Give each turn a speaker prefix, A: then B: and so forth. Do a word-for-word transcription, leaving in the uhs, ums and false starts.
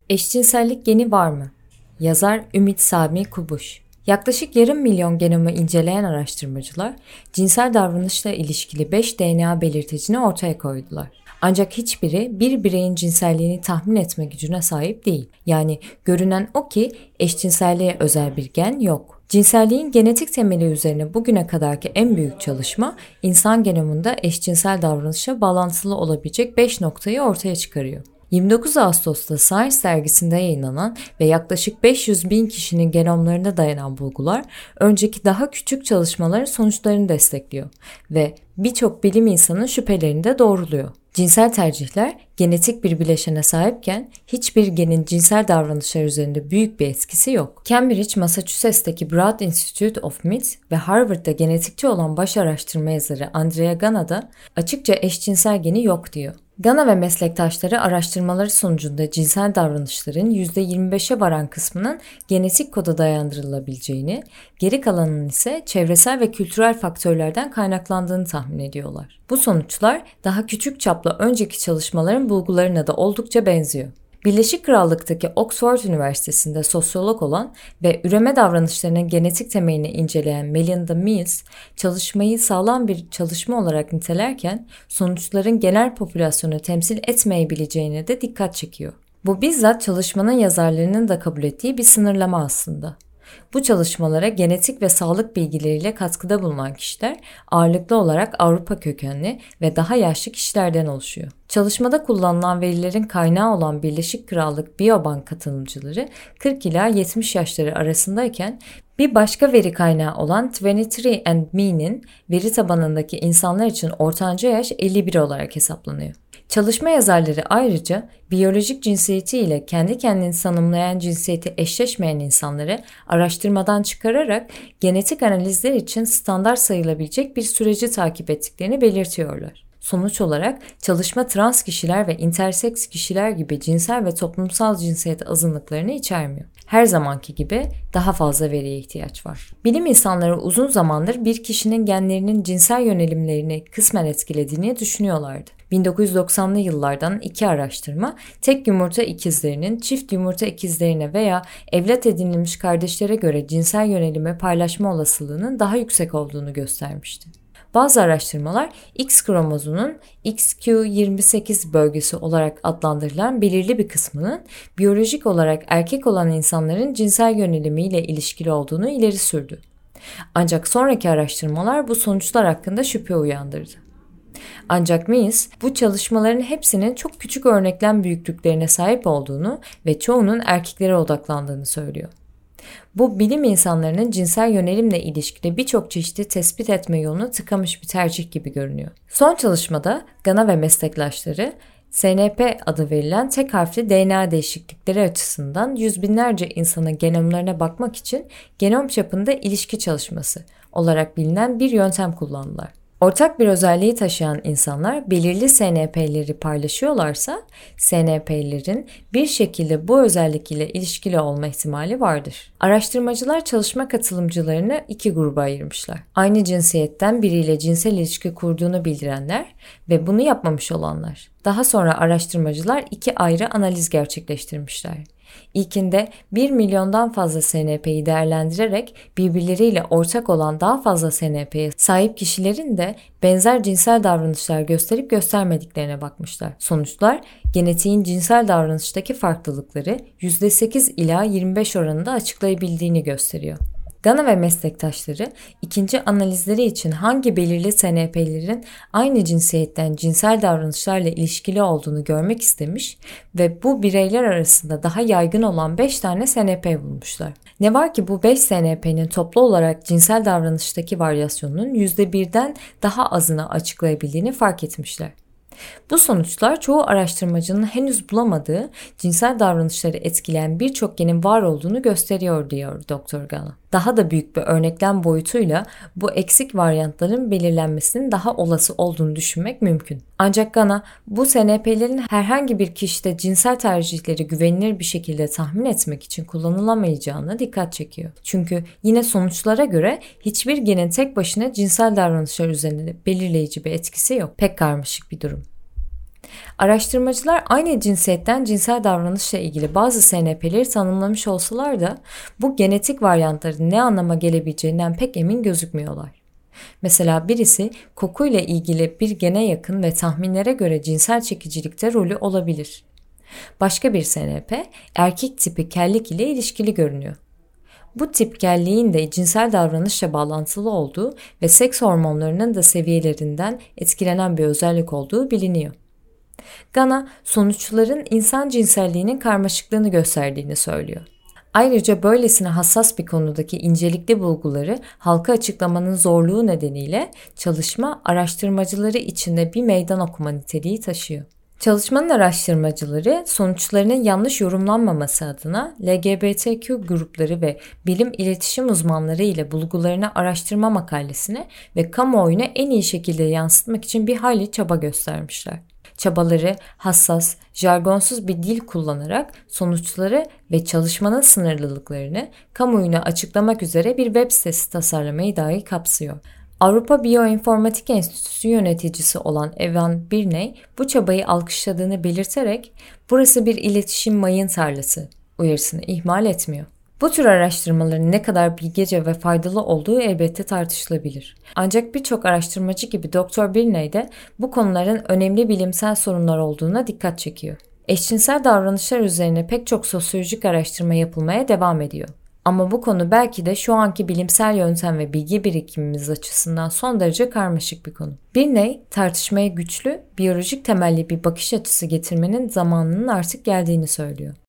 A: Eşcinsellik geni var mı? Yazar Ümit Sami Kubuş. Yaklaşık yarım milyon genomu inceleyen araştırmacılar, cinsel davranışla ilişkili beş D N A belirticini ortaya koydular. Ancak hiçbiri bir bireyin cinselliğini tahmin etme gücüne sahip değil. Yani görünen o ki eşcinselliğe özel bir gen yok. Cinselliğin genetik temeli üzerine bugüne kadarki en büyük çalışma, insan genomunda eşcinsel davranışa bağlantılı olabilecek beş noktayı ortaya çıkarıyor. yirmi dokuz Ağustos'ta Science dergisinde yayınlanan ve yaklaşık beş yüz bin kişinin genomlarına dayanan bulgular, önceki daha küçük çalışmaların sonuçlarını destekliyor ve birçok bilim insanının şüphelerini de doğruluyor. Cinsel tercihler genetik bir bileşene sahipken hiçbir genin cinsel davranışlar üzerinde büyük bir etkisi yok. Cambridge, Massachusetts'teki Broad Institute of Myths ve Harvard'da genetikçi olan baş araştırma yazarı Andrea Gana da açıkça eşcinsel geni yok diyor. Gana ve meslektaşları araştırmaları sonucunda cinsel davranışların yüzde yirmi beşe varan kısmının genetik koda dayandırılabileceğini, geri kalanının ise çevresel ve kültürel faktörlerden kaynaklandığını tahmin ediyorlar. Bu sonuçlar daha küçük çaplı önceki çalışmaların bulgularına da oldukça benziyor. Birleşik Krallık'taki Oxford Üniversitesi'nde sosyolog olan ve üreme davranışlarının genetik temelini inceleyen Melinda Mills, çalışmayı sağlam bir çalışma olarak nitelerken sonuçların genel popülasyonu temsil etmeyebileceğine de dikkat çekiyor. Bu bizzat çalışmanın yazarlarının da kabul ettiği bir sınırlama aslında. Bu çalışmalara genetik ve sağlık bilgileriyle katkıda bulunan kişiler ağırlıklı olarak Avrupa kökenli ve daha yaşlı kişilerden oluşuyor. Çalışmada kullanılan verilerin kaynağı olan Birleşik Krallık Biobank katılımcıları kırk ila yetmiş yaşları arasındayken bir başka veri kaynağı olan yirmi üç and me'nin veri tabanındaki insanlar için ortanca yaş elli bir olarak hesaplanıyor. Çalışma yazarları ayrıca biyolojik cinsiyeti ile kendi kendini tanımlayan cinsiyeti eşleşmeyen insanları araştırmadan çıkararak genetik analizler için standart sayılabilecek bir süreci takip ettiklerini belirtiyorlar. Sonuç olarak çalışma trans kişiler ve interseks kişiler gibi cinsel ve toplumsal cinsiyet azınlıklarını içermiyor. Her zamanki gibi daha fazla veriye ihtiyaç var. Bilim insanları uzun zamandır bir kişinin genlerinin cinsel yönelimlerini kısmen etkilediğini düşünüyorlardı. bin dokuz yüz doksanlı yıllardan iki araştırma tek yumurta ikizlerinin çift yumurta ikizlerine veya evlat edinilmiş kardeşlere göre cinsel yönelimi paylaşma olasılığının daha yüksek olduğunu göstermişti. Bazı araştırmalar X kromozomunun X Q yirmi sekiz bölgesi olarak adlandırılan belirli bir kısmının biyolojik olarak erkek olan insanların cinsel yönelimiyle ilişkili olduğunu ileri sürdü. Ancak sonraki araştırmalar bu sonuçlar hakkında şüphe uyandırdı. Ancak Mills bu çalışmaların hepsinin çok küçük örneklem büyüklüklerine sahip olduğunu ve çoğunun erkeklere odaklandığını söylüyor. Bu bilim insanlarının cinsel yönelimle ilişkili birçok çeşidi tespit etme yolunu tıkamış bir tercih gibi görünüyor. Son çalışmada Gana ve meslektaşları S N P adı verilen tek harfli D N A değişiklikleri açısından yüz binlerce insanın genomlarına bakmak için genom çapında ilişki çalışması olarak bilinen bir yöntem kullandılar. Ortak bir özelliği taşıyan insanlar belirli S N P'leri paylaşıyorlarsa S N P'lerin bir şekilde bu özellik ile ilişkili olma ihtimali vardır. Araştırmacılar çalışma katılımcılarını iki gruba ayırmışlar. Aynı cinsiyetten biriyle cinsel ilişki kurduğunu bildirenler ve bunu yapmamış olanlar. Daha sonra araştırmacılar iki ayrı analiz gerçekleştirmişler. İlkinde bir milyondan fazla S N P'yi değerlendirerek birbirleriyle ortak olan daha fazla S N P'ye sahip kişilerin de benzer cinsel davranışlar gösterip göstermediklerine bakmışlar. Sonuçlar genetiğin cinsel davranıştaki farklılıkları yüzde sekiz ila yirmi beş oranında açıklayabildiğini gösteriyor. Gana ve meslektaşları ikinci analizleri için hangi belirli S N P'lerin aynı cinsiyetten cinsel davranışlarla ilişkili olduğunu görmek istemiş ve bu bireyler arasında daha yaygın olan beş tane S N P bulmuşlar. Ne var ki bu beş S N P'nin toplu olarak cinsel davranıştaki varyasyonunun yüzde birden daha azını açıklayabildiğini fark etmişler. Bu sonuçlar çoğu araştırmacının henüz bulamadığı cinsel davranışları etkileyen birçok genin var olduğunu gösteriyor diyor Doktor Gana. Daha da büyük bir örneklem boyutuyla bu eksik varyantların belirlenmesinin daha olası olduğunu düşünmek mümkün. Ancak Gana bu S N P'lerin herhangi bir kişide cinsel tercihleri güvenilir bir şekilde tahmin etmek için kullanılamayacağına dikkat çekiyor. Çünkü yine sonuçlara göre hiçbir genin tek başına cinsel davranışlar üzerinde belirleyici bir etkisi yok. Pek karmaşık bir durum. Araştırmacılar aynı cinsiyetten cinsel davranışla ilgili bazı S N P'leri tanımlamış olsalar da bu genetik varyantların ne anlama gelebileceğinden pek emin gözükmüyorlar. Mesela birisi kokuyla ilgili bir gene yakın ve tahminlere göre cinsel çekicilikte rolü olabilir. Başka bir S N P erkek tipi kellik ile ilişkili görünüyor. Bu tip kelliğin de cinsel davranışla bağlantılı olduğu ve seks hormonlarının da seviyelerinden etkilenen bir özellik olduğu biliniyor. Gana sonuçların insan cinselliğinin karmaşıklığını gösterdiğini söylüyor. Ayrıca böylesine hassas bir konudaki incelikli bulguları halka açıklamanın zorluğu nedeniyle çalışma araştırmacıları içinde bir meydan okuma niteliği taşıyor. Çalışmanın araştırmacıları sonuçlarının yanlış yorumlanmaması adına L G B T Q grupları ve bilim iletişim uzmanları ile bulgularını araştırma makalesine ve kamuoyuna en iyi şekilde yansıtmak için bir hayli çaba göstermişler. Çabaları hassas, jargonsuz bir dil kullanarak sonuçları ve çalışmanın sınırlılıklarını kamuoyuna açıklamak üzere bir web sitesi tasarlamayı dahi kapsıyor. Avrupa Biyoinformatik Enstitüsü yöneticisi olan Evan Birney bu çabayı alkışladığını belirterek "Burası bir iletişim mayın tarlası" uyarısını ihmal etmiyor. Bu tür araştırmaların ne kadar bilgece ve faydalı olduğu elbette tartışılabilir. Ancak birçok araştırmacı gibi doktor Birney de bu konuların önemli bilimsel sorunlar olduğuna dikkat çekiyor. Eşcinsel davranışlar üzerine pek çok sosyolojik araştırma yapılmaya devam ediyor. Ama bu konu belki de şu anki bilimsel yöntem ve bilgi birikimimiz açısından son derece karmaşık bir konu. Birney, tartışmaya güçlü, biyolojik temelli bir bakış açısı getirmenin zamanının artık geldiğini söylüyor.